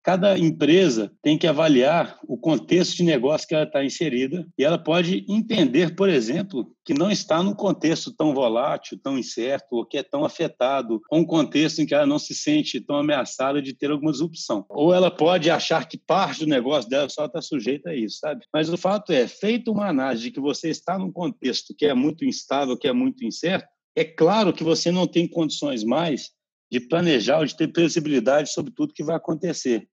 Cada empresa tem que avaliar o contexto de negócio que ela está inserida e ela pode entender, por exemplo, que não está num contexto tão volátil, tão incerto, ou que é tão afetado, ou um contexto em que ela não se sente tão ameaçada de ter alguma disrupção. Ou ela pode achar que parte do negócio dela só está sujeita a isso, sabe? Mas o fato é, feita uma análise de que você está num contexto que é muito instável, que é muito incerto, é claro que você não tem condições mais de planejar ou de ter previsibilidade sobre tudo que vai acontecer.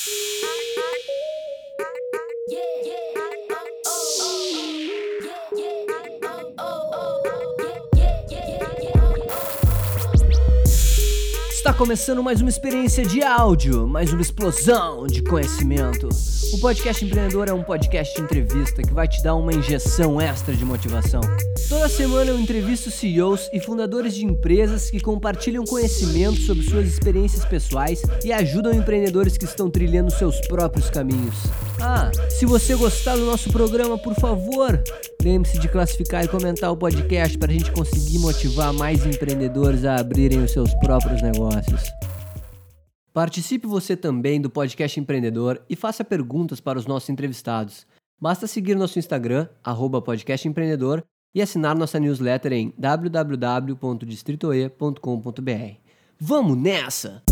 Está começando mais uma experiência de áudio, mais uma explosão de conhecimento. O Podcast Empreendedor é um podcast de entrevista que vai te dar uma injeção extra de motivação. Toda semana eu entrevisto CEOs e fundadores de empresas que compartilham conhecimento sobre suas experiências pessoais e ajudam empreendedores que estão trilhando seus próprios caminhos. Se você gostar do nosso programa, por favor, lembre-se de classificar e comentar o podcast para a gente conseguir motivar mais empreendedores a abrirem os seus próprios negócios. Participe você também do Podcast Empreendedor e faça perguntas para os nossos entrevistados. Basta seguir nosso Instagram, @podcastempreendedor, e assinar nossa newsletter em www.distritoe.com.br. Vamos nessa!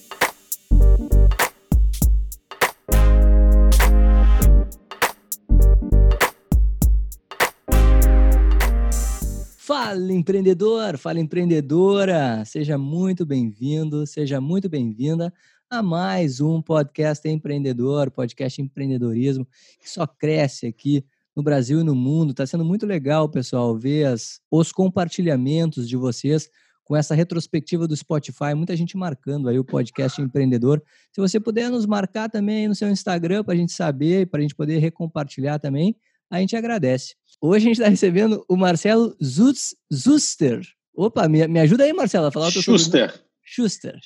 Fala empreendedor, fala empreendedora, seja muito bem-vindo, seja muito bem-vinda a mais um Podcast Empreendedor, podcast empreendedorismo, que só cresce aqui no Brasil e no mundo. Está sendo muito legal, pessoal, ver os compartilhamentos de vocês com essa retrospectiva do Spotify, muita gente marcando aí o Podcast Empreendedor. Se você puder nos marcar também no seu Instagram para a gente saber, para a gente poder recompartilhar também, a gente agradece. Hoje a gente está recebendo o Marcelo Zuster. Opa, me ajuda aí, Marcelo, a falar o teu sobrenome. Schuster.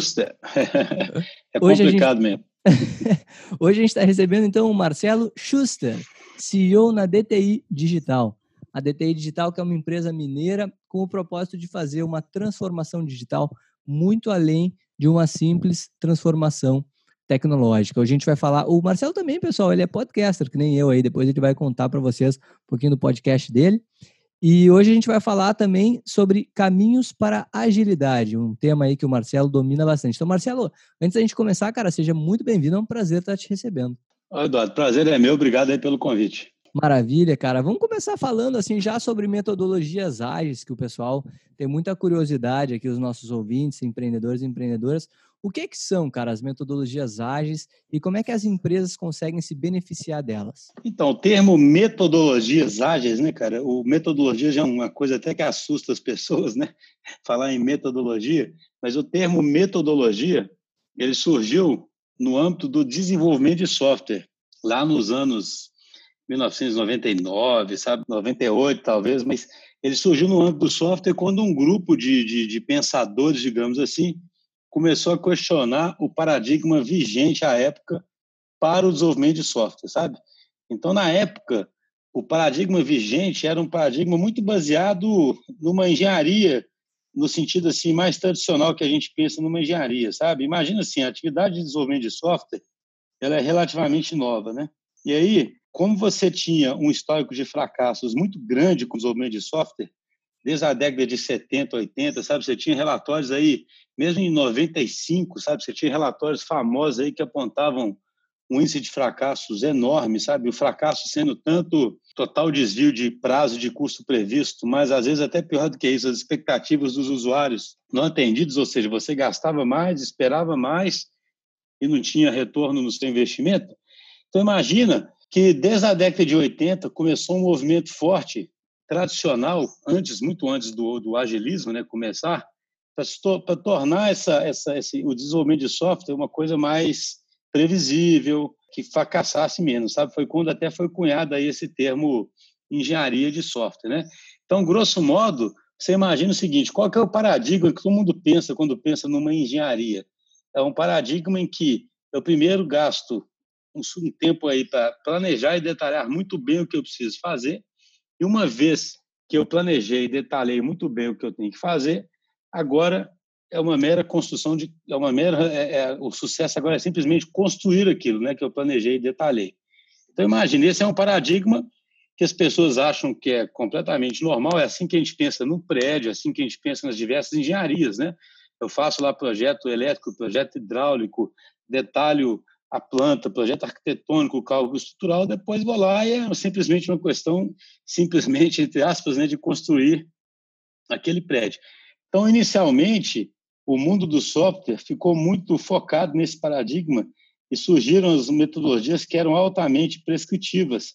É complicado mesmo. Hoje a gente está recebendo, então, o Marcelo Schuster, CEO na DTI Digital. A DTI Digital, que é uma empresa mineira com o propósito de fazer uma transformação digital muito além de uma simples transformação tecnológica. Hoje a gente vai falar... O Marcelo também, pessoal, ele é podcaster, que nem eu aí. Depois ele vai contar para vocês um pouquinho do podcast dele. E hoje a gente vai falar também sobre caminhos para agilidade, um tema aí que o Marcelo domina bastante. Então, Marcelo, antes da gente começar, cara, seja muito bem-vindo, é um prazer estar te recebendo. Eduardo, prazer é meu, obrigado aí pelo convite. Maravilha, cara. Vamos começar falando assim já sobre metodologias ágeis, que o pessoal tem muita curiosidade aqui, os nossos ouvintes, empreendedores e empreendedoras. O que são, cara, as metodologias ágeis e como é que as empresas conseguem se beneficiar delas? Então, o termo metodologias ágeis, né, cara? O metodologia já é uma coisa até que assusta as pessoas, né? Falar em metodologia, mas o termo metodologia, ele surgiu no âmbito do desenvolvimento de software, lá nos anos 1999, sabe? 98 talvez, mas ele surgiu no âmbito do software quando um grupo de pensadores, digamos assim, começou a questionar o paradigma vigente à época para o desenvolvimento de software, sabe? Então, na época, o paradigma vigente era um paradigma muito baseado numa engenharia, no sentido assim mais tradicional que a gente pensa numa engenharia, sabe? Imagina assim, a atividade de desenvolvimento de software, ela é relativamente nova, né? E aí, como você tinha um histórico de fracassos muito grande com o desenvolvimento de software, desde a década de 70, 80, sabe? Você tinha relatórios aí, mesmo em 95, sabe? Você tinha relatórios famosos aí que apontavam um índice de fracassos enorme, sabe? O fracasso sendo tanto total desvio de prazo de custo previsto, mas às vezes até pior do que isso, as expectativas dos usuários não atendidas, ou seja, você gastava mais, esperava mais e não tinha retorno no seu investimento. Então imagina que desde a década de 80 começou um movimento forte, tradicional, muito antes do agilismo, né, começar, para tornar o desenvolvimento de software uma coisa mais previsível, que fracassasse menos, sabe? Foi quando até foi cunhado aí esse termo engenharia de software, né? Então, grosso modo, você imagina o seguinte, qual que é o paradigma que todo mundo pensa quando pensa numa engenharia? É um paradigma em que eu primeiro gasto um tempo aí para planejar e detalhar muito bem o que eu preciso fazer, e uma vez que eu planejei e detalhei muito bem o que eu tenho que fazer, agora é uma mera construção o sucesso agora é simplesmente construir aquilo, né, que eu planejei e detalhei. Então, imagine, esse é um paradigma que as pessoas acham que é completamente normal, é assim que a gente pensa no prédio, é assim que a gente pensa nas diversas engenharias, né? Eu faço lá projeto elétrico, projeto hidráulico, detalho a planta, projeto arquitetônico, cálculo estrutural, depois vou lá e é simplesmente uma questão, simplesmente, entre aspas, né, de construir aquele prédio. Então, inicialmente, o mundo do software ficou muito focado nesse paradigma e surgiram as metodologias que eram altamente prescritivas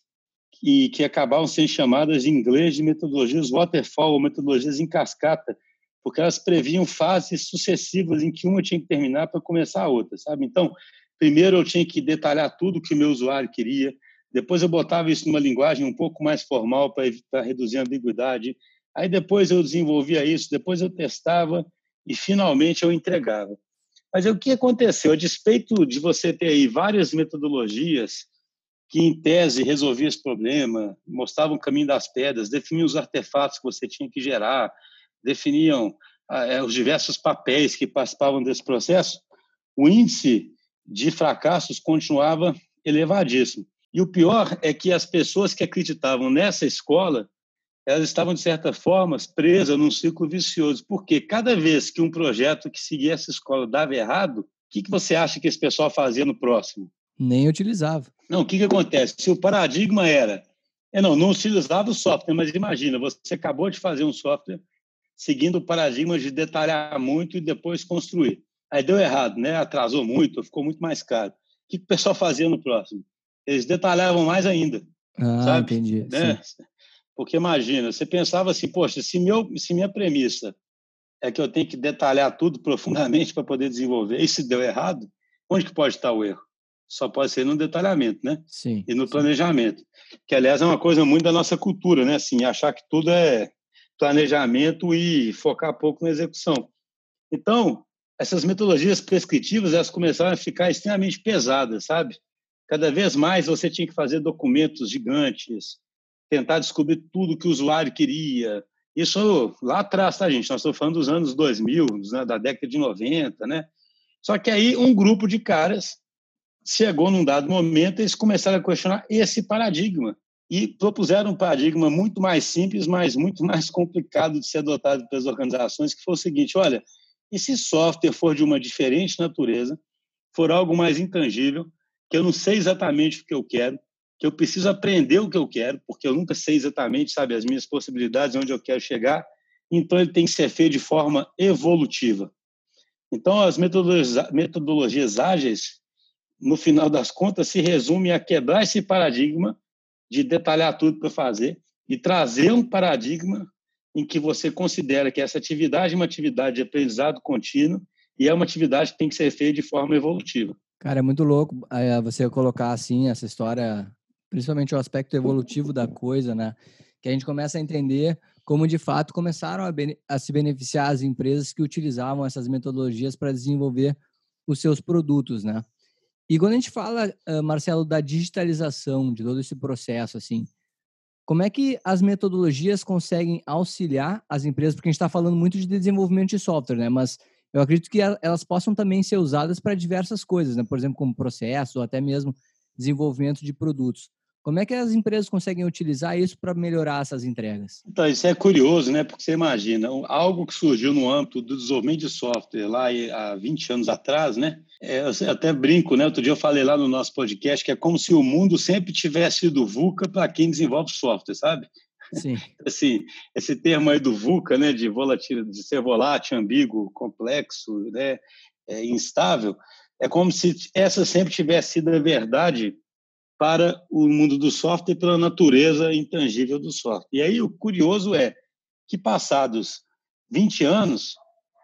e que acabavam sendo chamadas em inglês de metodologias waterfall, ou metodologias em cascata, porque elas previam fases sucessivas em que uma tinha que terminar para começar a outra, sabe? Então, primeiro eu tinha que detalhar tudo que o meu usuário queria, depois eu botava isso numa linguagem um pouco mais formal para reduzir a ambiguidade, aí depois eu desenvolvia isso, depois eu testava e finalmente eu entregava. Mas o que aconteceu? A despeito de você ter aí várias metodologias que, em tese, resolviam esse problema, mostravam o caminho das pedras, definiam os artefatos que você tinha que gerar, definiam os diversos papéis que participavam desse processo, o índice de fracassos continuava elevadíssimo. E o pior é que as pessoas que acreditavam nessa escola, elas estavam, de certa forma, presas num ciclo vicioso, porque cada vez que um projeto que seguia essa escola dava errado, o que você acha que esse pessoal fazia no próximo? Nem utilizava. Não, o que acontece? Se o paradigma era... não utilizava o software, mas imagina, você acabou de fazer um software seguindo o paradigma de detalhar muito e depois construir. Aí deu errado, né? Atrasou muito, ficou muito mais caro. O que o pessoal fazia no próximo? Eles detalhavam mais ainda, sabe? Entendi. Né? Porque imagina, você pensava assim, poxa, se minha premissa é que eu tenho que detalhar tudo profundamente para poder desenvolver, e se deu errado, onde que pode estar o erro? Só pode ser no detalhamento, né? Sim. E no planejamento. Que, aliás, é uma coisa muito da nossa cultura, né? Assim, achar que tudo é planejamento e focar pouco na execução. Então, essas metodologias prescritivas, elas começaram a ficar extremamente pesadas, sabe? Cada vez mais você tinha que fazer documentos gigantes, tentar descobrir tudo que o usuário queria. Isso lá atrás, tá, gente? Nós estamos falando dos anos 2000, né, da década de 90, né? Só que aí um grupo de caras chegou num dado momento e eles começaram a questionar esse paradigma e propuseram um paradigma muito mais simples, mas muito mais complicado de ser adotado pelas organizações, que foi o seguinte: olha, e se software for de uma diferente natureza, for algo mais intangível, que eu não sei exatamente o que eu quero, que eu preciso aprender o que eu quero, porque eu nunca sei exatamente, sabe, as minhas possibilidades, onde eu quero chegar, então ele tem que ser feito de forma evolutiva. Então, as metodologias ágeis, no final das contas, se resume a quebrar esse paradigma de detalhar tudo para fazer e trazer um paradigma em que você considera que essa atividade é uma atividade de aprendizado contínuo e é uma atividade que tem que ser feita de forma evolutiva. Cara, é muito louco você colocar assim essa história, principalmente o aspecto evolutivo da coisa, né? Que a gente começa a entender como, de fato, começaram a se beneficiar as empresas que utilizavam essas metodologias para desenvolver os seus produtos, né? E quando a gente fala, Marcelo, da digitalização de todo esse processo, assim, como é que as metodologias conseguem auxiliar as empresas? Porque a gente está falando muito de desenvolvimento de software, né? Mas eu acredito que elas possam também ser usadas para diversas coisas, né? Por exemplo, como processo ou até mesmo desenvolvimento de produtos. Como é que as empresas conseguem utilizar isso para melhorar essas entregas? Então, isso é curioso, né? Porque você imagina, algo que surgiu no âmbito do desenvolvimento de software lá há 20 anos atrás, né? Eu até brinco, né? Outro dia eu falei lá no nosso podcast que é como se o mundo sempre tivesse sido VUCA para quem desenvolve software, sabe? Sim. Assim, esse termo aí do VUCA, né? De ser volátil, ambíguo, complexo, né? Instável, é como se essa sempre tivesse sido a verdade para o mundo do software pela natureza intangível do software. E aí o curioso é que, passados 20 anos,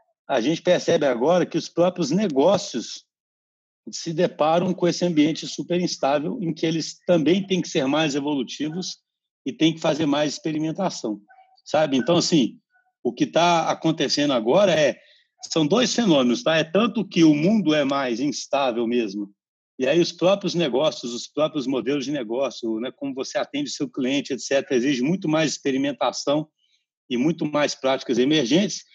a gente percebe agora que os próprios negócios se deparam com esse ambiente super instável, em que eles também têm que ser mais evolutivos e têm que fazer mais experimentação, sabe? Então, assim, o que está acontecendo agora são dois fenômenos, tá? É tanto que o mundo é mais instável mesmo, e aí os próprios negócios, os próprios modelos de negócio, né, como você atende o seu cliente, etc., exige muito mais experimentação e muito mais práticas emergentes.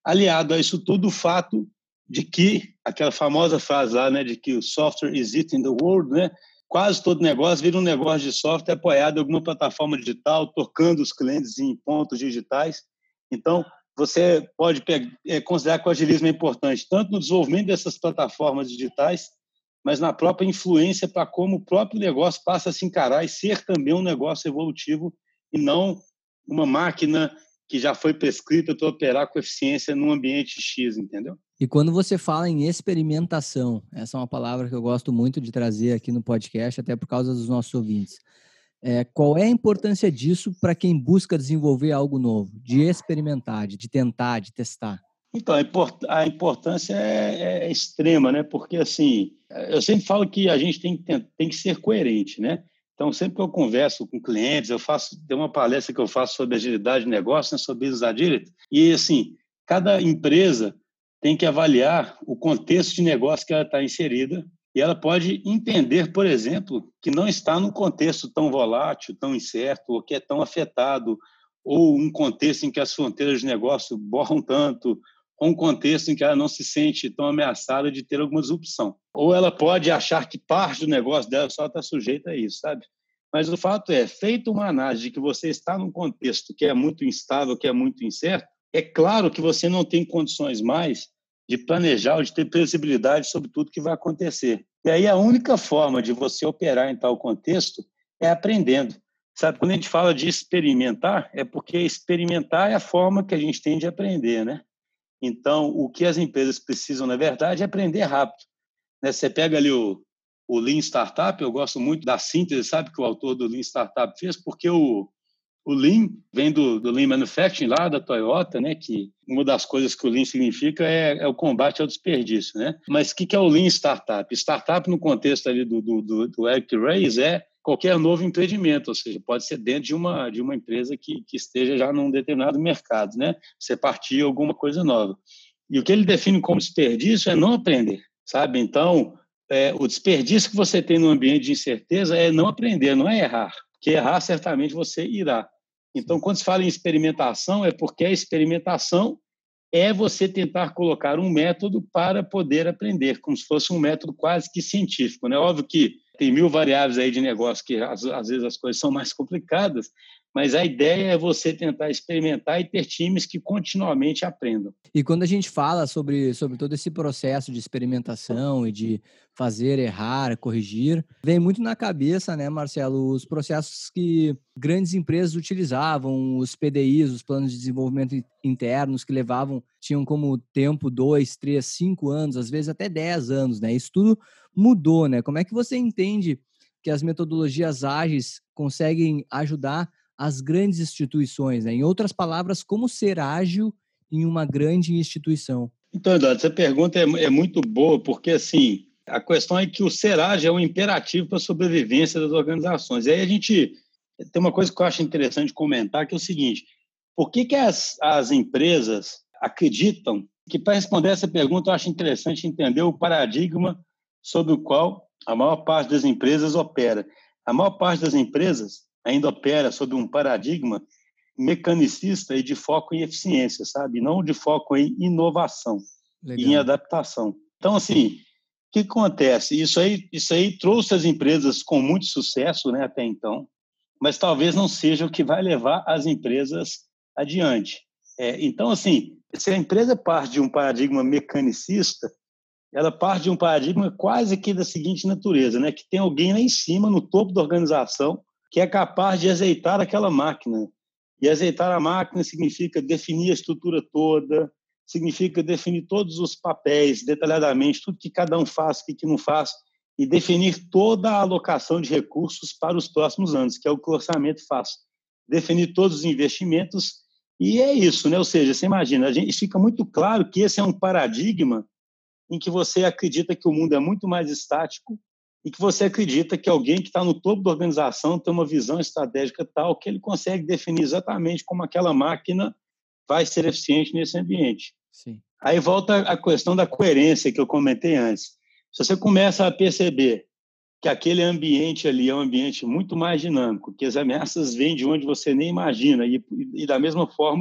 aliado a isso tudo o fato de que, aquela famosa frase lá, né, de que o software is it in the world, né, quase todo negócio vira um negócio de software apoiado em alguma plataforma digital, tocando os clientes em pontos digitais. Então, você pode considerar que o agilismo é importante, tanto no desenvolvimento dessas plataformas digitais, mas na própria influência para como o próprio negócio passa a se encarar e ser também um negócio evolutivo e não uma máquina que já foi prescrita para operar com eficiência num ambiente X, entendeu? E quando você fala em experimentação, essa é uma palavra que eu gosto muito de trazer aqui no podcast, até por causa dos nossos ouvintes. Qual é a importância disso para quem busca desenvolver algo novo? De experimentar, de tentar, de testar? Então, a importância é extrema, né? Porque, assim, eu sempre falo que a gente tem que ser coerente, né? Então, sempre que eu converso com clientes, tem uma palestra que eu faço sobre agilidade de negócio, né, sobre business agility, e, assim, cada empresa tem que avaliar o contexto de negócio que ela está inserida e ela pode entender, por exemplo, que não está num contexto tão volátil, tão incerto, ou que é tão afetado, ou um contexto em que as fronteiras de negócio borram tanto, ou um contexto em que ela não se sente tão ameaçada de ter alguma disrupção. Ou ela pode achar que parte do negócio dela só está sujeita a isso, sabe? Mas o fato é, feita uma análise de que você está num contexto que é muito instável, que é muito incerto, é claro que você não tem condições mais de planejar ou de ter previsibilidade sobre tudo que vai acontecer. E aí a única forma de você operar em tal contexto é aprendendo. Sabe, quando a gente fala de experimentar, é porque experimentar é a forma que a gente tem de aprender, né? Então, o que as empresas precisam, na verdade, é aprender rápido. Né? Você pega ali o Lean Startup, eu gosto muito da síntese, sabe, que o autor do Lean Startup fez, porque o Lean vem do Lean Manufacturing, lá da Toyota, né, que uma das coisas que o Lean significa é o combate ao desperdício. Né? Mas o que é o Lean Startup? Startup, no contexto ali do Eric Ries, é qualquer novo empreendimento, ou seja, pode ser dentro de uma empresa que esteja já num determinado mercado, né? Você partir alguma coisa nova. E o que ele define como desperdício é não aprender, sabe? Então, o desperdício que você tem no ambiente de incerteza é não aprender, não é errar, porque errar certamente você irá. Então, quando se fala em experimentação, é porque a experimentação é você tentar colocar um método para poder aprender, como se fosse um método quase que científico. Né? Óbvio que tem 1000 variáveis aí de negócio que às vezes as coisas são mais complicadas, mas a ideia é você tentar experimentar e ter times que continuamente aprendam. E quando a gente fala sobre todo esse processo de experimentação e de fazer, errar, corrigir, vem muito na cabeça, né, Marcelo, os processos que grandes empresas utilizavam, os PDIs, os planos de desenvolvimento internos, que tinham como tempo 2, 3, 5 anos, às vezes até 10 anos, né? Isso tudo mudou, né? Como é que você entende que as metodologias ágeis conseguem ajudar as grandes instituições, né? Em outras palavras, como ser ágil em uma grande instituição? Então, Eduardo, essa pergunta é muito boa, porque assim, a questão é que o ser ágil é um imperativo para a sobrevivência das organizações. E aí a gente tem uma coisa que eu acho interessante comentar, que é o seguinte: por que as empresas acreditam que, para responder essa pergunta, eu acho interessante entender o paradigma sobre o qual a maior parte das empresas opera. A maior parte das empresas ainda opera sob um paradigma mecanicista e de foco em eficiência, sabe? Não de foco em inovação. Legal. E em adaptação. Então, assim, o que acontece? Isso aí trouxe as empresas com muito sucesso, né, até então, mas talvez não seja o que vai levar as empresas adiante. Então, assim, se a empresa parte de um paradigma mecanicista, ela parte de um paradigma quase que da seguinte natureza, né? Que tem alguém lá em cima, no topo da organização, que é capaz de azeitar aquela máquina. E azeitar a máquina significa definir a estrutura toda, significa definir todos os papéis detalhadamente, tudo que cada um faz, o que não faz, e definir toda a alocação de recursos para os próximos anos, que é o que o orçamento faz. Definir todos os investimentos, e é isso, né? Ou seja, você imagina, fica muito claro que esse é um paradigma em que você acredita que o mundo é muito mais estático e que você acredita que alguém que está no topo da organização tem uma visão estratégica tal que ele consegue definir exatamente como aquela máquina vai ser eficiente nesse ambiente. Sim. Aí volta a questão da coerência que eu comentei antes. Se você começa a perceber que aquele ambiente ali é um ambiente muito mais dinâmico, que as ameaças vêm de onde você nem imagina e da mesma forma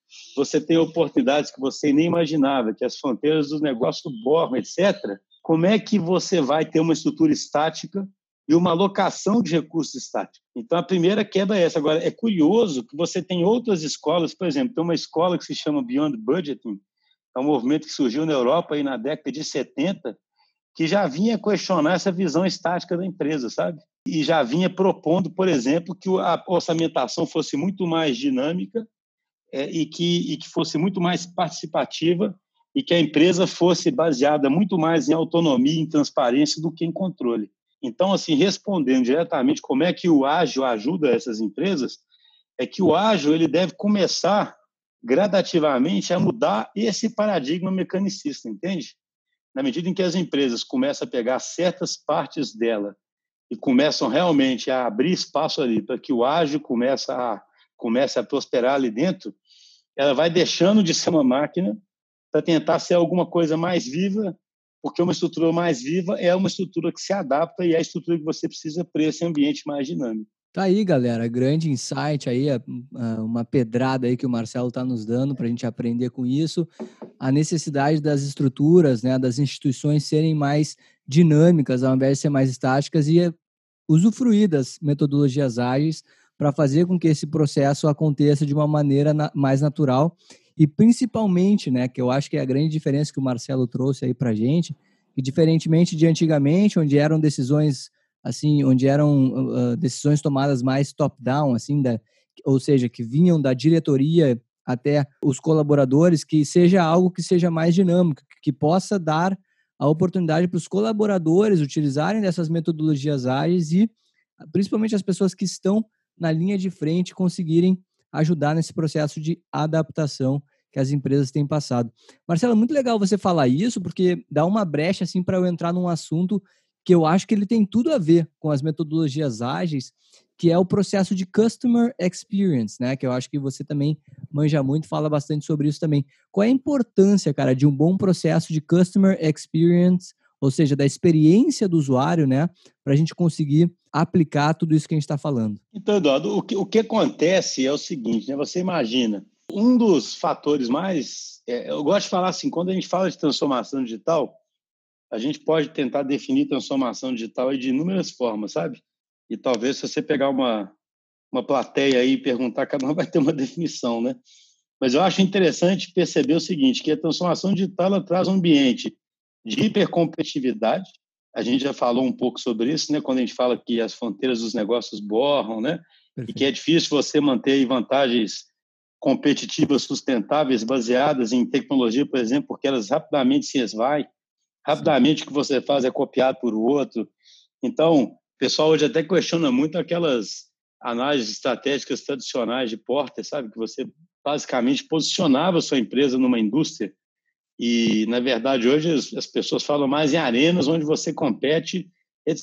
você tem oportunidades que você nem imaginava, que as fronteiras dos negócios borram, etc., como é que você vai ter uma estrutura estática e uma alocação de recursos estáticos? Então, a primeira quebra é essa. Agora, é curioso que você tem outras escolas, por exemplo, tem uma escola que se chama Beyond Budgeting, é um movimento que surgiu na Europa aí na década de 70, que já vinha questionar essa visão estática da empresa, sabe? E já vinha propondo, por exemplo, que a orçamentação fosse muito mais dinâmica e que fosse muito mais participativa e que a empresa fosse baseada muito mais em autonomia e em transparência do que em controle. Então, assim, respondendo diretamente como é que o ágil ajuda essas empresas, é que o ágil ele deve começar gradativamente a mudar esse paradigma mecanicista, entende? Na medida em que as empresas começam a pegar certas partes dela e começam realmente a abrir espaço ali para que o ágil comece a prosperar ali dentro, ela vai deixando de ser uma máquina para tentar ser alguma coisa mais viva, porque uma estrutura mais viva é uma estrutura que se adapta e é a estrutura que você precisa para esse ambiente mais dinâmico. Tá aí, galera, grande insight aí, uma pedrada aí que o Marcelo está nos dando para a gente aprender com isso, a necessidade das estruturas, né, das instituições serem mais dinâmicas ao invés de ser mais estáticas e usufruir das metodologias ágeis para fazer com que esse processo aconteça de uma maneira mais natural e principalmente, né, que eu acho que é a grande diferença que o Marcelo trouxe aí para a gente, que diferentemente de antigamente, onde eram decisões assim, onde eram decisões tomadas mais top-down, assim, ou seja, que vinham da diretoria até os colaboradores, que seja algo que seja mais dinâmico, que possa dar a oportunidade para os colaboradores utilizarem dessas metodologias ágeis e, principalmente, as pessoas que estão na linha de frente conseguirem ajudar nesse processo de adaptação que as empresas têm passado. Marcelo, muito legal você falar isso, porque dá uma brecha assim, para eu entrar num assunto que eu acho que ele tem tudo a ver com as metodologias ágeis, que é o processo de Customer Experience, né? Que eu acho que você também manja muito, fala bastante sobre isso também. Qual é a importância, cara, de um bom processo de Customer Experience, ou seja, da experiência do usuário, né? Para a gente conseguir aplicar tudo isso que a gente está falando. Então, Eduardo, o que acontece é o seguinte, né? Você imagina, um dos fatores mais... eu gosto de falar assim, quando a gente fala de transformação digital, a gente pode tentar definir transformação digital de inúmeras formas, sabe? E talvez se você pegar uma plateia aí e perguntar, cada um vai ter uma definição, né? Mas eu acho interessante perceber o seguinte, que a transformação digital ela traz um ambiente de hipercompetitividade. A gente já falou um pouco sobre isso, né? Quando a gente fala que as fronteiras dos negócios borram, né? Perfeito. E que é difícil você manter vantagens competitivas sustentáveis baseadas em tecnologia, por exemplo, porque elas rapidamente se esvaem. Rapidamente o que você faz é copiado por outro. Então, o pessoal hoje até questiona muito aquelas análises estratégicas tradicionais de Porter, sabe? Que você basicamente posicionava a sua empresa numa indústria e, na verdade, hoje as pessoas falam mais em arenas onde você compete,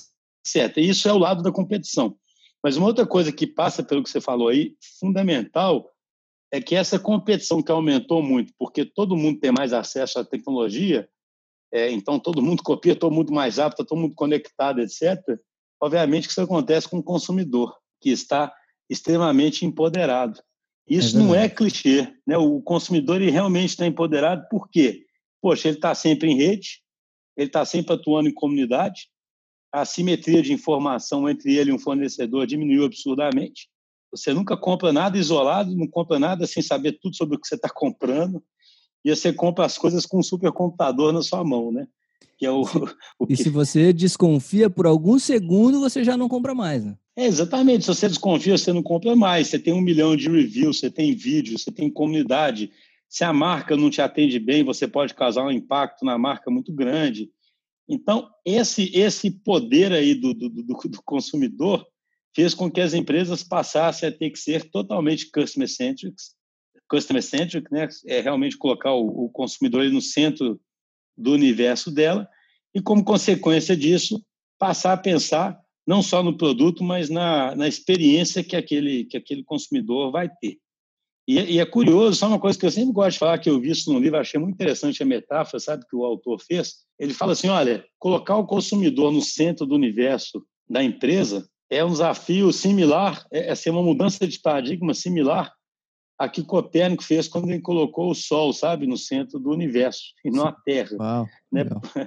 etc. E isso é o lado da competição. Mas uma outra coisa que passa pelo que você falou aí, fundamental, é que essa competição que aumentou muito, porque todo mundo tem mais acesso à tecnologia, então todo mundo copia, todo mundo mais rápido, todo mundo conectado, etc. Obviamente que isso acontece com o consumidor, que está extremamente empoderado. Isso não é clichê, né? O consumidor ele realmente está empoderado, por quê? Poxa, ele está sempre em rede, ele está sempre atuando em comunidade, a assimetria de informação entre ele e um fornecedor diminuiu absurdamente. Você nunca compra nada isolado, não compra nada sem saber tudo sobre o que você está comprando, e você compra as coisas com um supercomputador na sua mão, né? Que é E se você desconfia por algum segundo, você já não compra mais, né? Exatamente. Se você desconfia, você não compra mais. Você tem 1 milhão de reviews, você tem vídeo, você tem comunidade. Se a marca não te atende bem, você pode causar um impacto na marca muito grande. Então, esse poder aí do consumidor fez com que as empresas passassem a ter que ser totalmente customer-centric, né? É realmente colocar o consumidor no centro do universo dela e, como consequência disso, passar a pensar não só no produto, mas na experiência que aquele consumidor vai ter. E é curioso, só uma coisa que eu sempre gosto de falar, que eu vi isso no livro, achei muito interessante a metáfora, sabe, que o autor fez. Ele fala assim, olha, colocar o consumidor no centro do universo da empresa é um desafio similar, é ser uma mudança de paradigma similar a que Copérnico fez quando ele colocou o Sol, sabe, no centro do universo, e não a Terra. Uau, né?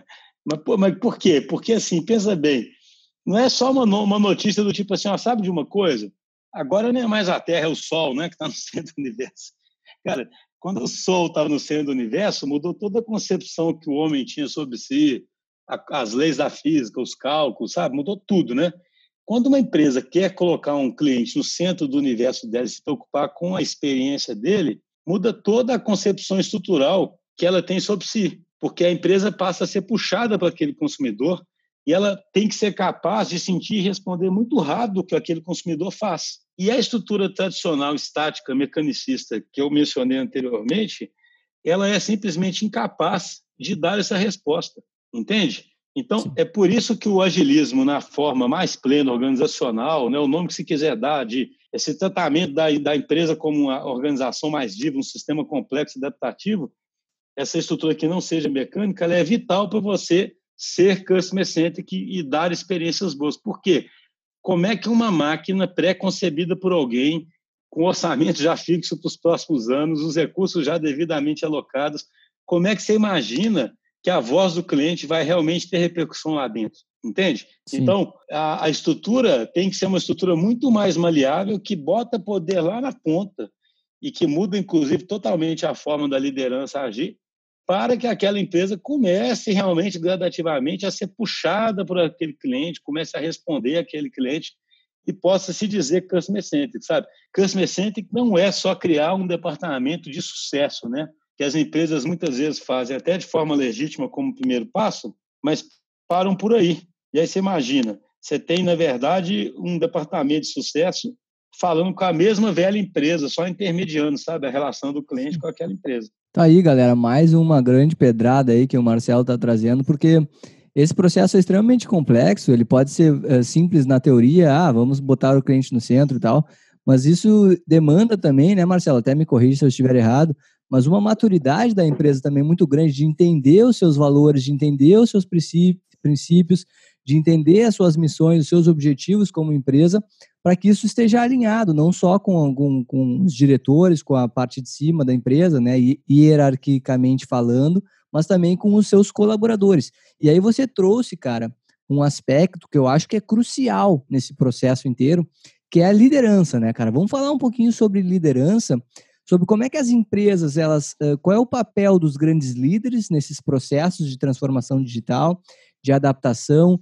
Mas por quê? Porque, assim, pensa bem, não é só uma notícia do tipo assim, ó, sabe de uma coisa? Agora não é mais a Terra, é o Sol, né, que está no centro do universo. Cara, quando o Sol estava no centro do universo, mudou toda a concepção que o homem tinha sobre si, as leis da física, os cálculos, sabe? Mudou tudo, né? Quando uma empresa quer colocar um cliente no centro do universo dela e se preocupar com a experiência dele, muda toda a concepção estrutural que ela tem sobre si, porque a empresa passa a ser puxada para aquele consumidor e ela tem que ser capaz de sentir e responder muito rápido o que aquele consumidor faz. E a estrutura tradicional, estática, mecanicista que eu mencionei anteriormente, ela é simplesmente incapaz de dar essa resposta, entende? Então, Sim. é por isso que o agilismo, na forma mais plena, organizacional, né, o nome que se quiser dar, de esse tratamento da empresa como uma organização mais viva, um sistema complexo e adaptativo, essa estrutura que não seja mecânica, ela é vital para você ser customer-centric e dar experiências boas. Por quê? Como é que uma máquina pré-concebida por alguém, com orçamento já fixo para os próximos anos, os recursos já devidamente alocados, como é que você imagina que a voz do cliente vai realmente ter repercussão lá dentro? Entende? Sim. Então, a estrutura tem que ser uma estrutura muito mais maleável, que bota poder lá na ponta e que muda, inclusive, totalmente a forma da liderança agir, para que aquela empresa comece realmente, gradativamente, a ser puxada por aquele cliente, comece a responder aquele cliente e possa se dizer customer-centric, sabe? Customer-centric não é só criar um departamento de sucesso, né? Que as empresas muitas vezes fazem até de forma legítima como primeiro passo, mas param por aí. E aí você imagina, você tem, na verdade, um departamento de sucesso falando com a mesma velha empresa, só intermediando, sabe? A relação do cliente com aquela empresa. Tá aí, galera, mais uma grande pedrada aí que o Marcelo está trazendo, porque esse processo é extremamente complexo, ele pode ser simples na teoria, vamos botar o cliente no centro e tal, mas isso demanda também, né, Marcelo, até me corrija se eu estiver errado, mas uma maturidade da empresa também muito grande de entender os seus valores, de entender os seus princípios, de entender as suas missões, os seus objetivos como empresa, para que isso esteja alinhado, não só com os diretores, com a parte de cima da empresa, né, hierarquicamente falando, mas também com os seus colaboradores. E aí você trouxe, cara, um aspecto que eu acho que é crucial nesse processo inteiro, que é a liderança, né, cara? Vamos falar um pouquinho sobre liderança, sobre como é que as empresas, qual é o papel dos grandes líderes nesses processos de transformação digital, de adaptação,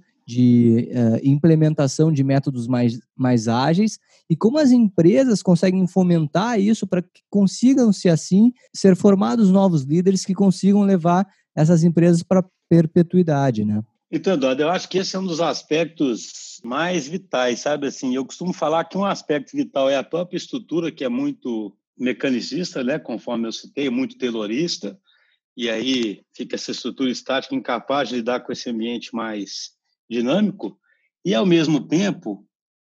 de implementação de métodos mais ágeis, e como as empresas conseguem fomentar isso para que consigam-se, assim, ser formados novos líderes que consigam levar essas empresas para a perpetuidade, né? Então, Eduardo, eu acho que esse é um dos aspectos mais vitais, sabe? Assim, eu costumo falar que um aspecto vital é a própria estrutura, que é muito mecanicista, né? Conforme eu citei, muito taylorista, e aí fica essa estrutura estática incapaz de lidar com esse ambiente mais dinâmico, e, ao mesmo tempo,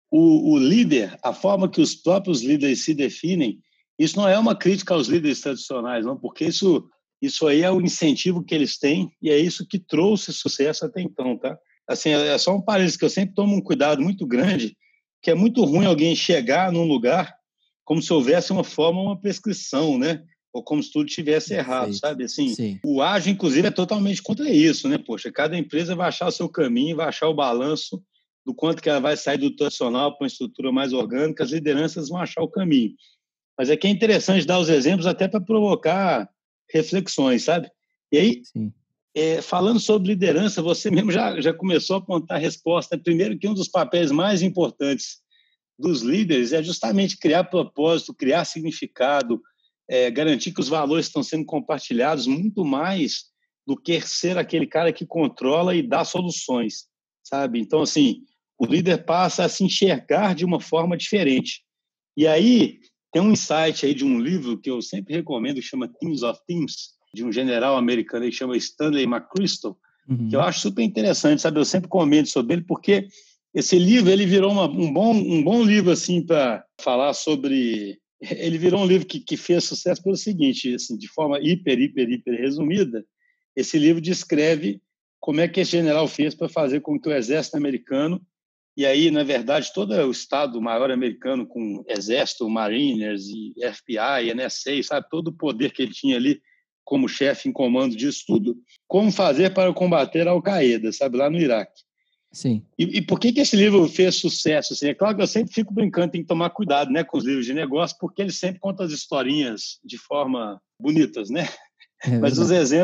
o líder, a forma que os próprios líderes se definem, isso não é uma crítica aos líderes tradicionais, não, porque isso aí é o incentivo que eles têm e é isso que trouxe sucesso até então, tá? Assim, é só um parênteses que eu sempre tomo um cuidado muito grande, que é muito ruim alguém chegar num lugar como se houvesse uma forma, uma prescrição, né? Ou como se tudo tivesse errado, sabe? Assim, Sim. o ágil, inclusive, é totalmente contra isso, né? Poxa, cada empresa vai achar o seu caminho, vai achar o balanço do quanto que ela vai sair do tradicional para uma estrutura mais orgânica, as lideranças vão achar o caminho. Mas é que é interessante dar os exemplos até para provocar reflexões, sabe? E aí, falando sobre liderança, você mesmo já começou a apontar a resposta. Primeiro que um dos papéis mais importantes dos líderes é justamente criar propósito, criar significado, garantir que os valores estão sendo compartilhados muito mais do que ser aquele cara que controla e dá soluções, sabe? Então, assim, o líder passa a se enxergar de uma forma diferente. E aí, tem um insight aí de um livro que eu sempre recomendo, que chama Teams of Teams, de um general americano que chama Stanley McChrystal, que eu acho super interessante, sabe? Eu sempre comento sobre ele, porque esse livro ele virou um bom livro assim para falar sobre. Ele virou um livro que fez sucesso pelo seguinte, assim, de forma hiper resumida. Esse livro descreve como é que esse general fez para fazer com que o exército americano E aí, na verdade, todo o Estado maior americano, com Exército, Mariners, e FBI, NSA, sabe, todo o poder que ele tinha ali como chefe em comando disso tudo, como fazer para combater a Al-Qaeda, sabe, lá no Iraque. Sim. E por que esse livro fez sucesso? Assim, é claro que eu sempre fico brincando, tem que tomar cuidado, né, com os livros de negócio, porque ele sempre conta as historinhas de forma bonitas, né? É Mas os verdade.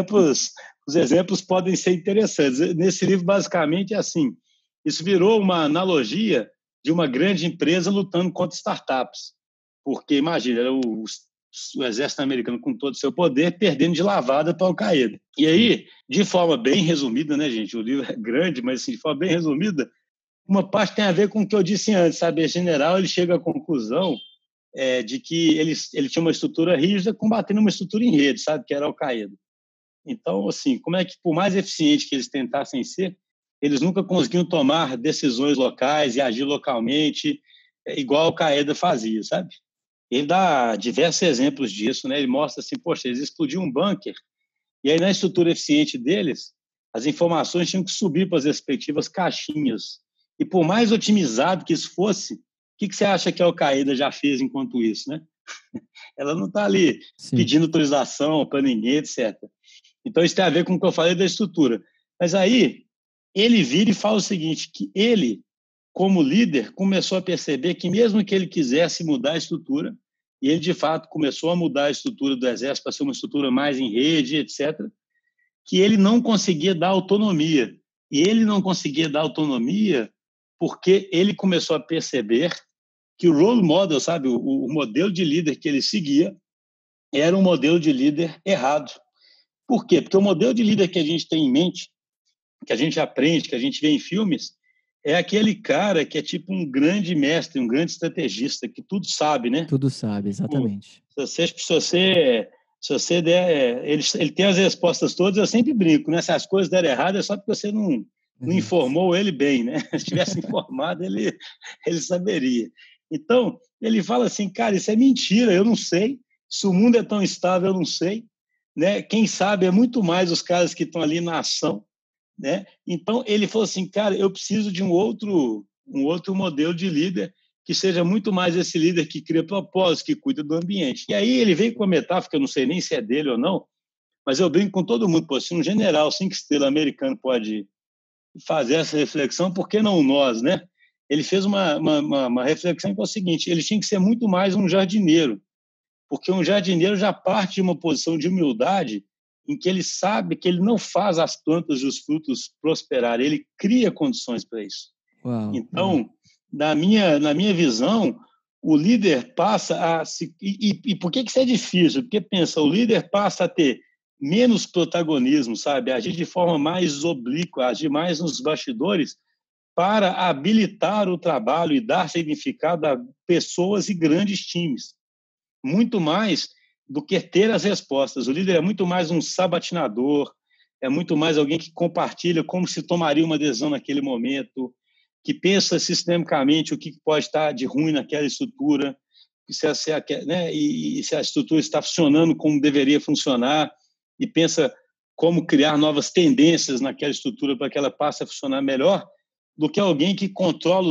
exemplos podem ser interessantes. Nesse livro, basicamente, é assim, isso virou uma analogia de uma grande empresa lutando contra startups. Porque, imagina, era o exército americano com todo o seu poder perdendo de lavada para a Al-Qaeda. E aí, de forma bem resumida, né, gente? O livro é grande, mas assim, de forma bem resumida, uma parte tem a ver com o que eu disse antes, sabe? Esse general, ele chega à conclusão de que ele tinha uma estrutura rígida combatendo uma estrutura em rede, sabe? Que era a Al-Qaeda. Então, assim, como é que, por mais eficiente que eles tentassem ser, eles nunca conseguiam tomar decisões locais e agir localmente, igual a Al-Qaeda fazia, sabe? Ele dá diversos exemplos disso, né? Ele mostra assim, poxa, eles explodiam um bunker, e aí na estrutura eficiente deles, as informações tinham que subir para as respectivas caixinhas. E por mais otimizado que isso fosse, o que você acha que a Al-Qaeda já fez enquanto isso, né? Ela não está ali Sim. pedindo autorização para ninguém, etc. Então, isso tem a ver com o que eu falei da estrutura. Mas aí, ele vira e fala o seguinte, que ele, como líder, começou a perceber que mesmo que ele quisesse mudar a estrutura, e ele, de fato, começou a mudar a estrutura do Exército para ser uma estrutura mais em rede, etc., que ele não conseguia dar autonomia. E ele não conseguia dar autonomia porque ele começou a perceber que o role model, sabe, o modelo de líder que ele seguia, era um modelo de líder errado. Por quê? Porque o modelo de líder que a gente tem em mente, que a gente aprende, que a gente vê em filmes, é aquele cara que é tipo um grande mestre, um grande estrategista, que tudo sabe, né? Tudo sabe, exatamente. Se você der... Ele tem as respostas todas, eu sempre brinco, né? Se as coisas derem errado, é só porque você não Exato. informou ele bem, né? Se tivesse informado, ele saberia. Então, ele fala assim, cara, isso é mentira, eu não sei. Se o mundo é tão estável, eu não sei. Né? Quem sabe é muito mais os caras que estão ali na ação, né? Então ele falou assim, cara, eu preciso de um outro modelo de líder que seja muito mais esse líder que cria propósito, que cuida do ambiente. E aí ele veio com uma metáfora que eu não sei nem se é dele ou não, mas eu brinco com todo mundo, pô, se um general 5 estrelas americano pode fazer essa reflexão, por que não nós, né? Ele fez uma reflexão que é o seguinte, ele tinha que ser muito mais um jardineiro, porque um jardineiro já parte de uma posição de humildade em que ele sabe que ele não faz as plantas e os frutos prosperarem, ele cria condições para isso. Uau, uau. Então, na minha visão, o líder passa a se... E por que isso é difícil? Porque, pensa, o líder passa a ter menos protagonismo, sabe? Agir de forma mais oblíqua, agir mais nos bastidores para habilitar o trabalho e dar significado a pessoas e grandes times. Muito mais do que ter as respostas. O líder é muito mais um sabatinador, é muito mais alguém que compartilha como se tomaria uma decisão naquele momento, que pensa sistemicamente o que pode estar de ruim naquela estrutura, né, e se a estrutura está funcionando como deveria funcionar, e pensa como criar novas tendências naquela estrutura para que ela passe a funcionar melhor, do que alguém que controla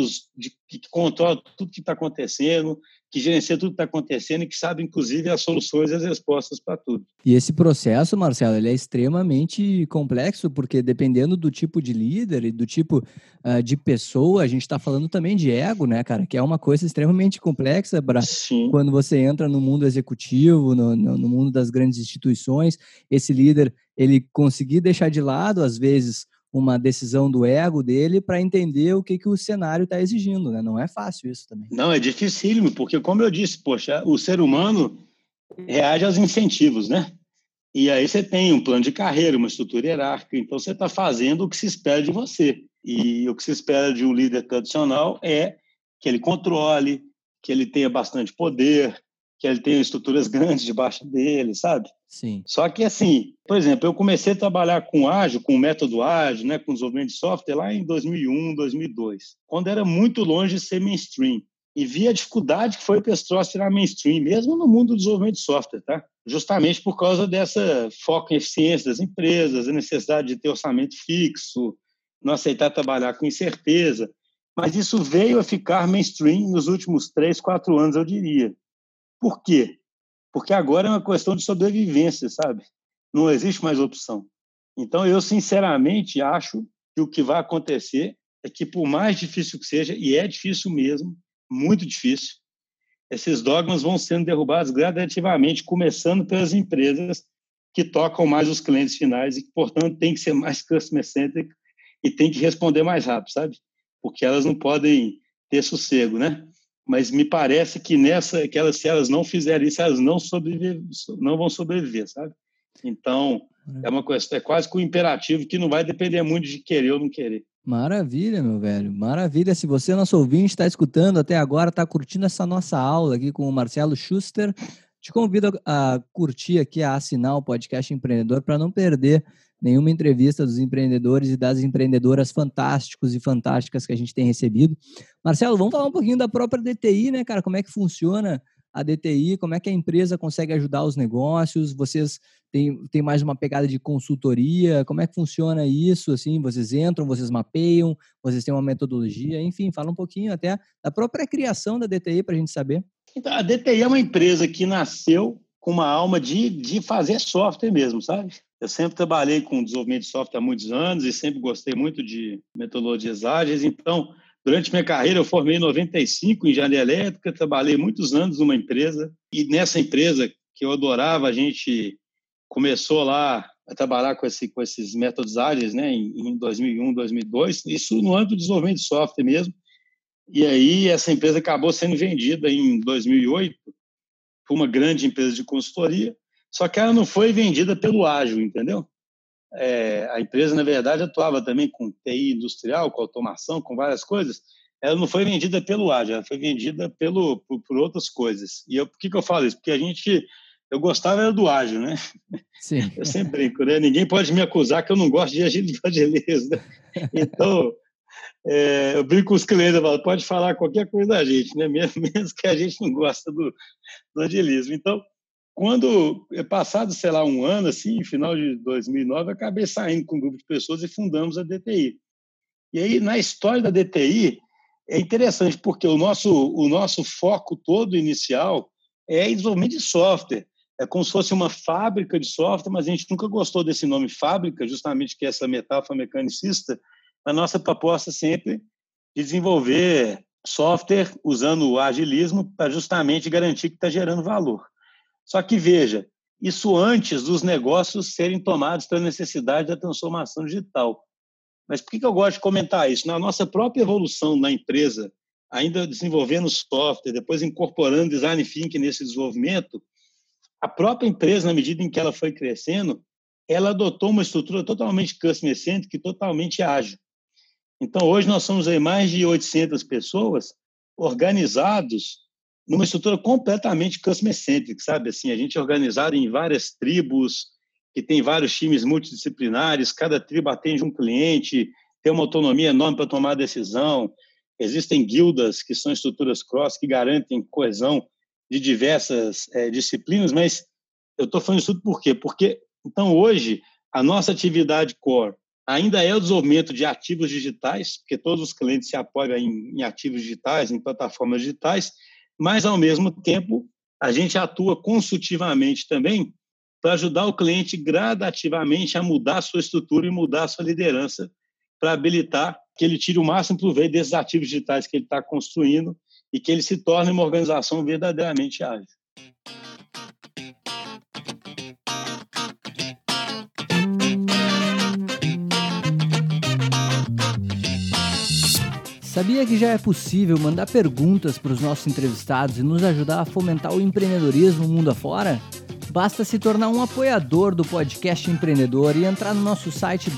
tudo que está acontecendo, que gerencia tudo que está acontecendo e que sabe, inclusive, as soluções e as respostas para tudo. E esse processo, Marcelo, ele é extremamente complexo, porque dependendo do tipo de líder e do tipo de pessoa, a gente está falando também de ego, né, cara? Que é uma coisa extremamente complexa para quando você entra no mundo executivo, no mundo das grandes instituições, esse líder, ele conseguir deixar de lado, às vezes, uma decisão do ego dele para entender o que o cenário está exigindo, né? Não é fácil isso também. Não, é dificílimo, porque, como eu disse, poxa, o ser humano reage aos incentivos, né? E aí você tem um plano de carreira, uma estrutura hierárquica, então você está fazendo o que se espera de você. E o que se espera de um líder tradicional é que ele controle, que ele tenha bastante poder, que ele tenha estruturas grandes debaixo dele, sabe? Sim. Só que, assim, por exemplo, eu comecei a trabalhar com ágil, com o método ágil, né, com desenvolvimento de software lá em 2001, 2002, quando era muito longe de ser mainstream. E vi a dificuldade que foi para esse troço virar mainstream, mesmo no mundo do desenvolvimento de software, tá? Justamente por causa dessa foco em eficiência das empresas, a necessidade de ter orçamento fixo, não aceitar trabalhar com incerteza. Mas isso veio a ficar mainstream nos últimos 3, 4 anos, eu diria. Por quê? Porque agora é uma questão de sobrevivência, sabe? Não existe mais opção. Então, eu, sinceramente, acho que o que vai acontecer é que, por mais difícil que seja, e é difícil mesmo, muito difícil, esses dogmas vão sendo derrubados gradativamente, começando pelas empresas que tocam mais os clientes finais e que, portanto, tem que ser mais customer-centric e tem que responder mais rápido, sabe? Porque elas não podem ter sossego, né? Mas me parece que se elas não fizerem isso, elas não vão sobreviver, sabe? Então, é uma questão, é quase que um imperativo que não vai depender muito de querer ou não querer. Maravilha, meu velho, maravilha. Se você, nosso ouvinte, está escutando até agora, está curtindo essa nossa aula aqui com o Marcelo Schuster, te convido a curtir aqui, a assinar o Podcast Empreendedor para não perder nenhuma entrevista dos empreendedores e das empreendedoras fantásticos e fantásticas que a gente tem recebido. Marcelo, vamos falar um pouquinho da própria DTI, né, cara? Como é que funciona a DTI? Como é que a empresa consegue ajudar os negócios? Vocês têm mais uma pegada de consultoria? Como é que funciona isso? Assim, vocês entram, vocês mapeiam, vocês têm uma metodologia? Enfim, fala um pouquinho até da própria criação da DTI para a gente saber. Então, a DTI é uma empresa que nasceu com uma alma de fazer software mesmo, sabe? Eu sempre trabalhei com desenvolvimento de software há muitos anos e sempre gostei muito de metodologias ágeis. Então, durante minha carreira, eu formei em 95 em engenharia elétrica, trabalhei muitos anos numa empresa e nessa empresa que eu adorava, a gente começou lá a trabalhar com esses métodos ágeis, né, em 2001, 2002, isso no âmbito do desenvolvimento de software mesmo. E aí essa empresa acabou sendo vendida em 2008 por uma grande empresa de consultoria, só que ela não foi vendida pelo ágil, entendeu? A empresa, na verdade, atuava também com TI industrial, com automação, com várias coisas. Ela não foi vendida pelo ágil, ela foi vendida por outras coisas. E por que eu falo isso? Porque eu gostava do ágil, né? Sim. Eu sempre brinco, né? Ninguém pode me acusar que eu não gosto de agilidade, né? Então, eu brinco com os clientes, eu falo, pode falar qualquer coisa da gente, né? Mesmo que a gente não gosta do agilismo. Então, quando passado, sei lá, um ano, assim, final de 2009, eu acabei saindo com um grupo de pessoas e fundamos a DTI. E aí, na história da DTI, é interessante, porque o nosso foco todo inicial é desenvolvimento de software. É como se fosse uma fábrica de software, mas a gente nunca gostou desse nome fábrica, justamente que é essa metáfora mecanicista. A nossa proposta sempre de desenvolver software usando o agilismo para justamente garantir que está gerando valor. Só que, veja, isso antes dos negócios serem tomados pela necessidade da transformação digital. Mas por que eu gosto de comentar isso? Na nossa própria evolução na empresa, ainda desenvolvendo software, depois incorporando design thinking nesse desenvolvimento, a própria empresa, na medida em que ela foi crescendo, ela adotou uma estrutura totalmente customer-centric e totalmente ágil. Então, hoje nós somos aí mais de 800 pessoas organizados numa estrutura completamente customer-centric, sabe? Assim, a gente é organizado em várias tribos, que tem vários times multidisciplinares, cada tribo atende um cliente, tem uma autonomia enorme para tomar decisão. Existem guildas, que são estruturas cross, que garantem coesão de diversas disciplinas, mas eu estou falando isso tudo por quê? Porque, então, hoje, a nossa atividade core ainda é o desenvolvimento de ativos digitais, porque todos os clientes se apoiam em ativos digitais, em plataformas digitais, mas, ao mesmo tempo, a gente atua consultivamente também para ajudar o cliente gradativamente a mudar a sua estrutura e mudar a sua liderança para habilitar que ele tire o máximo proveito desses ativos digitais que ele está construindo e que ele se torne uma organização verdadeiramente ágil. Sabia que já é possível mandar perguntas para os nossos entrevistados e nos ajudar a fomentar o empreendedorismo mundo afora? Basta se tornar um apoiador do Podcast Empreendedor e entrar no nosso site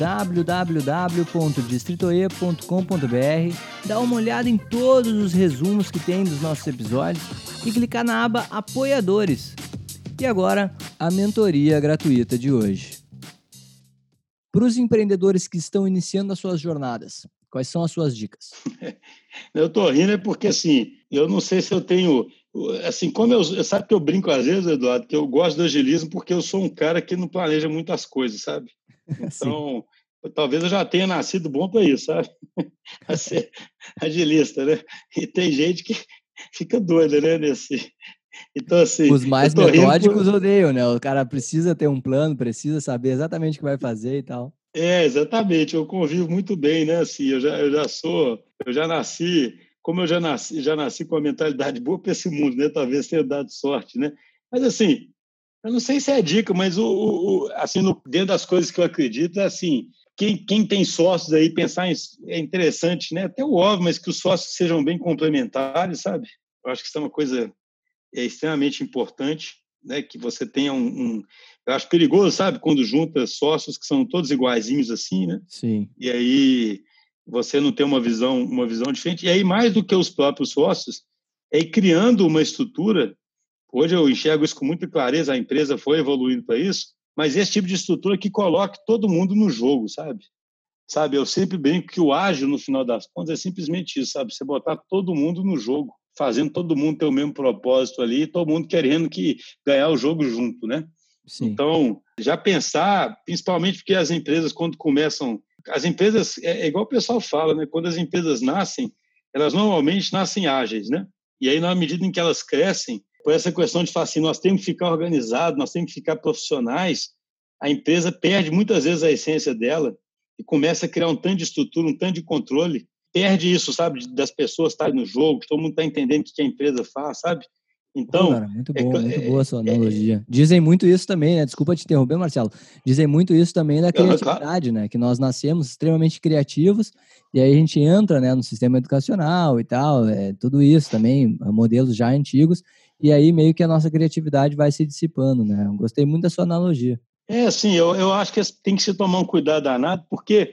www.distritoe.com.br, dar uma olhada em todos os resumos que tem dos nossos episódios e clicar na aba Apoiadores. E agora, a mentoria gratuita de hoje. Para os empreendedores que estão iniciando as suas jornadas, quais são as suas dicas? Eu estou rindo porque, assim, eu não sei se eu tenho... Assim, como sabe que eu brinco às vezes, Eduardo, que eu gosto do agilismo porque eu sou um cara que não planeja muitas coisas, sabe? Então, talvez eu já tenha nascido bom para isso, sabe? A ser agilista, né? E tem gente que fica doida, né? Então, assim, Os eu mais tô rindo metódicos odeiam, né? O cara precisa ter um plano, precisa saber exatamente o que vai fazer e tal. Exatamente, eu convivo muito bem, né? Assim, eu já nasci, como eu já nasci com a mentalidade boa para esse mundo, né? Talvez tenha dado sorte, né? Mas assim, eu não sei se é dica, mas assim, dentro das coisas que eu acredito, é assim, quem tem sócios aí, pensar é interessante, né? Até o óbvio, mas que os sócios sejam bem complementares, sabe? Eu acho que isso é uma coisa extremamente importante, né? Que você tenha eu acho perigoso, sabe? Quando junta sócios que são todos iguaizinhos assim, né? Sim. E aí você não tem uma visão diferente. E aí, mais do que os próprios sócios, é ir criando uma estrutura. Hoje eu enxergo isso com muita clareza, a empresa foi evoluindo para isso, mas esse tipo de estrutura que coloque todo mundo no jogo, sabe? Sabe, eu sempre brinco que o ágil, no final das contas, é simplesmente isso, sabe? Você botar todo mundo no jogo, fazendo todo mundo ter o mesmo propósito ali, todo mundo querendo ganhar o jogo junto, né? Sim. Então, já pensar, principalmente porque as empresas, quando começam... As empresas, é igual o pessoal fala, né? Quando as empresas nascem, elas normalmente nascem ágeis, né? E aí, na medida em que elas crescem, por essa questão de falar assim, nós temos que ficar organizados, nós temos que ficar profissionais, a empresa perde muitas vezes a essência dela e começa a criar um tanto de estrutura, um tanto de controle, perde isso, sabe, das pessoas estarem no jogo, que todo mundo está entendendo o que a empresa faz, sabe? Pô, Então, cara, muito boa a sua analogia. Dizem muito isso também, né? Desculpa te interromper, Marcelo. Dizem muito isso também da claro. criatividade, né? Que nós nascemos extremamente criativos e aí a gente entra, né, no sistema educacional e tal, tudo isso também, modelos já antigos, e aí meio que a nossa criatividade vai se dissipando, né? Eu gostei muito da sua analogia. Assim, eu acho que tem que se tomar um cuidado danado, porque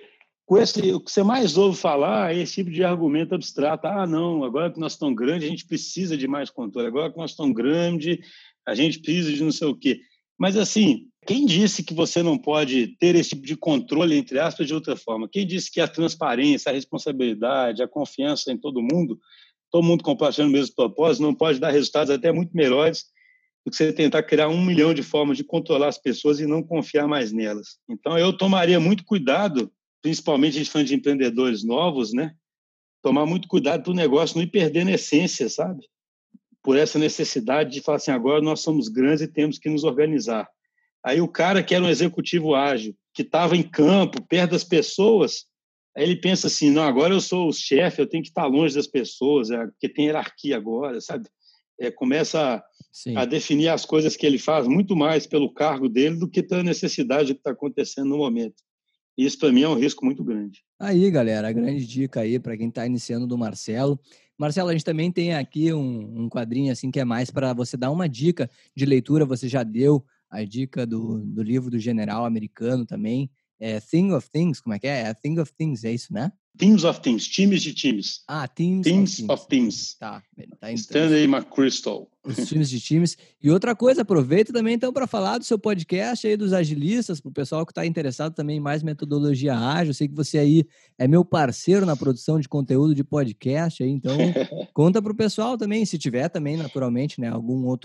o que você mais ouve falar é esse tipo de argumento abstrato. Ah, não, agora que nós estamos grandes, a gente precisa de mais controle. Agora que nós estamos grandes, a gente precisa de não sei o quê. Mas, assim, quem disse que você não pode ter esse tipo de controle, entre aspas, de outra forma? Quem disse que a transparência, a responsabilidade, a confiança em todo mundo compartilhando o mesmo propósito, não pode dar resultados até muito melhores do que você tentar criar 1 milhão de formas de controlar as pessoas e não confiar mais nelas. Então, eu tomaria muito cuidado, principalmente a gente falando de empreendedores novos, né? Tomar muito cuidado para o negócio não ir perdendo essência, sabe? Por essa necessidade de falar assim, agora nós somos grandes e temos que nos organizar. Aí o cara que era um executivo ágil, que estava em campo, perto das pessoas, aí ele pensa assim, não, agora eu sou o chefe, eu tenho que estar longe das pessoas, porque tem hierarquia agora, sabe? Começa a Sim. definir as coisas que ele faz muito mais pelo cargo dele do que pela necessidade que está acontecendo no momento. E isso, para mim, é um risco muito grande. Aí, galera, a grande dica aí para quem está iniciando do Marcelo. Marcelo, a gente também tem aqui um quadrinho assim que é mais para você dar uma dica de leitura. Você já deu a dica do livro do general americano também. Thing of Things, como é que é? É Thing of Things, é isso, né? Teams of Teams, times de times. Ah, Teams of Teams of Teams. Teams. Tá, então, Stanley McChrystal. os times de times. E outra coisa, aproveita também então para falar do seu podcast aí dos agilistas, para o pessoal que está interessado também em mais metodologia ágil. Eu sei que você aí é meu parceiro na produção de conteúdo de podcast, aí, então conta para o pessoal também, se tiver também, naturalmente, né,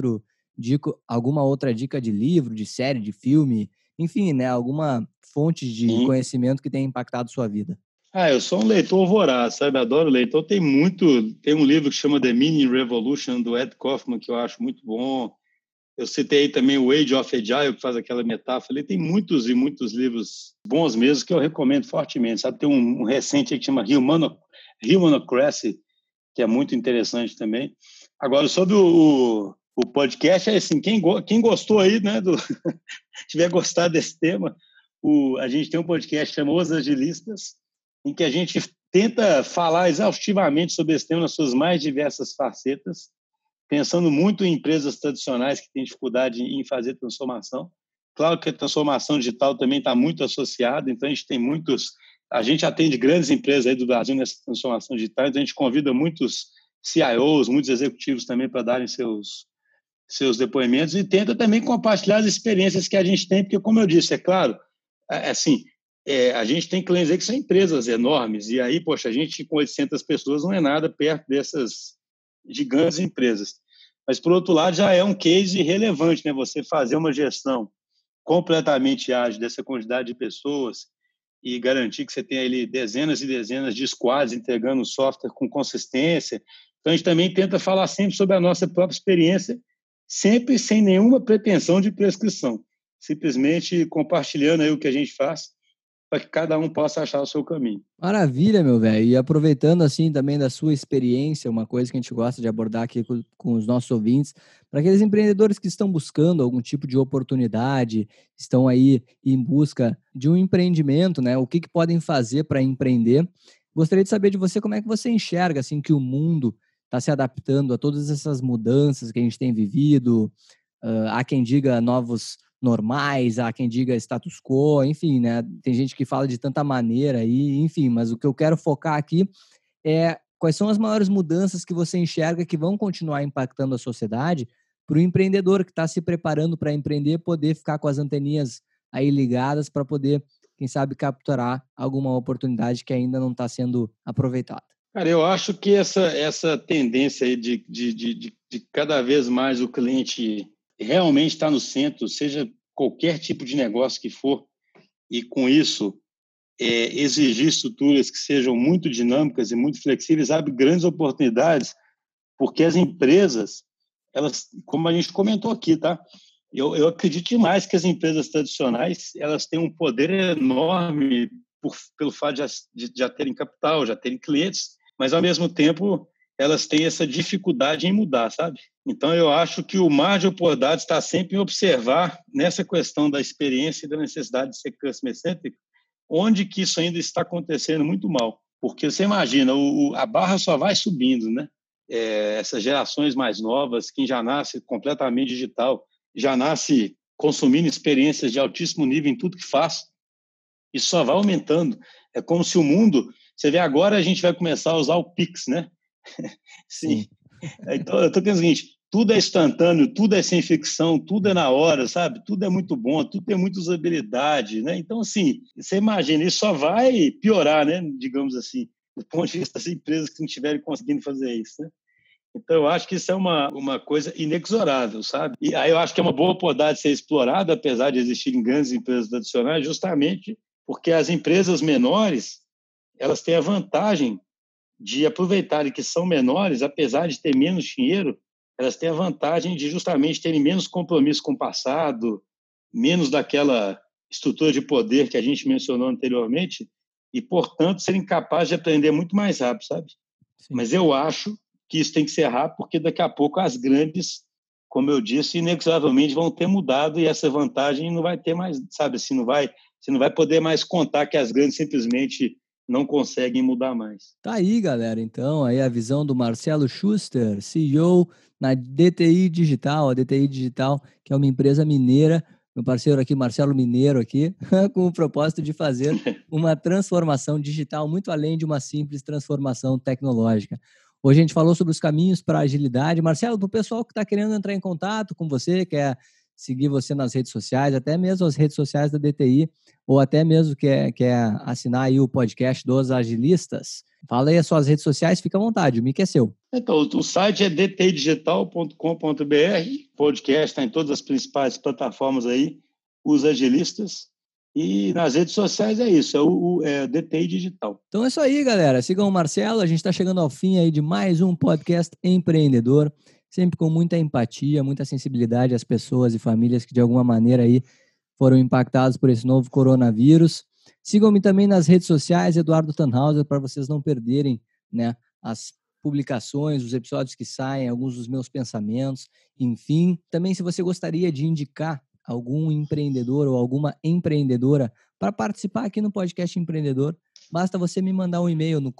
alguma outra dica de livro, de série, de filme, enfim, né, alguma fonte de Sim. conhecimento que tenha impactado sua vida. Eu sou um leitor voraz, sabe? Adoro leitor. Tem um livro que chama The Mini Revolution, do Ed Kaufman, que eu acho muito bom. Eu citei também o Age of Agile, que faz aquela metáfora. Ele tem muitos e muitos livros bons mesmo, que eu recomendo fortemente, sabe? Tem um recente aí que chama Humanocracy, que é muito interessante também. Agora, sobre o podcast, é assim, quem gostou aí, né, tiver gostado desse tema, a gente tem um podcast chamado Os Agilistas, em que a gente tenta falar exaustivamente sobre esse tema nas suas mais diversas facetas, pensando muito em empresas tradicionais que têm dificuldade em fazer transformação. Claro que a transformação digital também está muito associada, então a gente atende grandes empresas aí do Brasil nessa transformação digital, então a gente convida muitos CIOs, muitos executivos também para darem seus depoimentos e tenta também compartilhar as experiências que a gente tem, porque, como eu disse, é claro, assim, a gente tem clientes aí que são empresas enormes, e aí, poxa, a gente com 800 pessoas não é nada perto dessas gigantes empresas. Mas, por outro lado, já é um case relevante, né? Você fazer uma gestão completamente ágil dessa quantidade de pessoas e garantir que você tenha ali dezenas e dezenas de squads entregando software com consistência. Então, a gente também tenta falar sempre sobre a nossa própria experiência, sempre sem nenhuma pretensão de prescrição, simplesmente compartilhando aí o que a gente faz para que cada um possa achar o seu caminho. Maravilha, meu velho. E aproveitando assim também da sua experiência, uma coisa que a gente gosta de abordar aqui com os nossos ouvintes, para aqueles empreendedores que estão buscando algum tipo de oportunidade, estão aí em busca de um empreendimento, né? O que podem fazer para empreender? Gostaria de saber de você como é que você enxerga assim que o mundo está se adaptando a todas essas mudanças que a gente tem vivido. Há quem diga novos normais, há quem diga status quo, enfim, né? Tem gente que fala de tanta maneira aí, enfim, mas o que eu quero focar aqui é quais são as maiores mudanças que você enxerga que vão continuar impactando a sociedade para o empreendedor que está se preparando para empreender poder ficar com as anteninhas aí ligadas para poder, quem sabe, capturar alguma oportunidade que ainda não está sendo aproveitada. Cara, eu acho que essa tendência aí de cada vez mais o cliente realmente está no centro, seja qualquer tipo de negócio que for, e com isso exigir estruturas que sejam muito dinâmicas e muito flexíveis, abre grandes oportunidades, porque as empresas, elas, como a gente comentou aqui, tá? Eu acredito demais que as empresas tradicionais elas têm um poder enorme pelo fato de já terem capital, já terem clientes, mas, ao mesmo tempo, elas têm essa dificuldade em mudar, sabe? Então, eu acho que o mar de oportunidades está sempre em observar, nessa questão da experiência e da necessidade de ser customer-centric, onde que isso ainda está acontecendo muito mal. Porque você imagina, a barra só vai subindo, né? Essas gerações mais novas, quem já nasce completamente digital, já nasce consumindo experiências de altíssimo nível em tudo que faz, isso só vai aumentando. É como se o mundo... Você vê, agora a gente vai começar a usar o Pix, né? Sim. Então, eu estou pensando o seguinte, tudo é instantâneo, tudo é sem ficção, tudo é na hora, sabe? Tudo é muito bom, tudo tem muita usabilidade, né? Então, assim, você imagina, isso só vai piorar, né? Digamos assim, do ponto de vista das empresas que não estiverem conseguindo fazer isso, né? Então, eu acho que isso é uma coisa inexorável, sabe? E aí eu acho que é uma boa oportunidade de ser explorada, apesar de existirem grandes empresas tradicionais, justamente porque as empresas menores, elas têm a vantagem de aproveitarem que são menores, apesar de ter menos dinheiro, elas têm a vantagem de justamente terem menos compromisso com o passado, menos daquela estrutura de poder que a gente mencionou anteriormente, e, portanto, serem capazes de aprender muito mais rápido, sabe? Sim. Mas eu acho que isso tem que ser rápido, porque daqui a pouco as grandes, como eu disse, inexoravelmente vão ter mudado e essa vantagem não vai ter mais, sabe? Assim, você não vai poder mais contar que as grandes simplesmente não conseguem mudar mais. Tá aí, galera. Então, aí a visão do Marcelo Schuster, CEO na DTI Digital, a DTI Digital, que é uma empresa mineira, meu parceiro aqui, Marcelo Mineiro aqui, com o propósito de fazer uma transformação digital muito além de uma simples transformação tecnológica. Hoje a gente falou sobre os caminhos para a agilidade. Marcelo, para o pessoal que está querendo entrar em contato com você, quer seguir você nas redes sociais, até mesmo as redes sociais da DTI, ou até mesmo quer assinar aí o podcast dos agilistas, fala aí as suas redes sociais, fica à vontade, o mic é seu. Então, o site é dtidigital.com.br, podcast está em todas as principais plataformas aí, os agilistas, e nas redes sociais é isso, é DTI Digital. Então é isso aí, galera, sigam o Marcelo, a gente está chegando ao fim aí de mais um podcast empreendedor, sempre com muita empatia, muita sensibilidade às pessoas e famílias que de alguma maneira aí foram impactados por esse novo coronavírus. Sigam-me também nas redes sociais, Eduardo Tannhauser, para vocês não perderem, né, as publicações, os episódios que saem, alguns dos meus pensamentos, enfim. Também, se você gostaria de indicar algum empreendedor ou alguma empreendedora para participar aqui no Podcast Empreendedor, basta você me mandar um e-mail no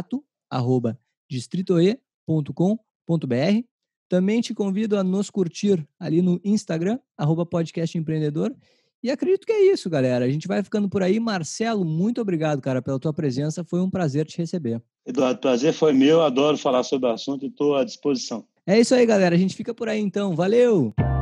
contato@distritoe.com.br. Também te convido a nos curtir ali no Instagram, @Podcast Empreendedor. E acredito que é isso, galera. A gente vai ficando por aí. Marcelo, muito obrigado, cara, pela tua presença. Foi um prazer te receber. Eduardo, prazer foi meu. Adoro falar sobre o assunto e estou à disposição. É isso aí, galera. A gente fica por aí, então. Valeu!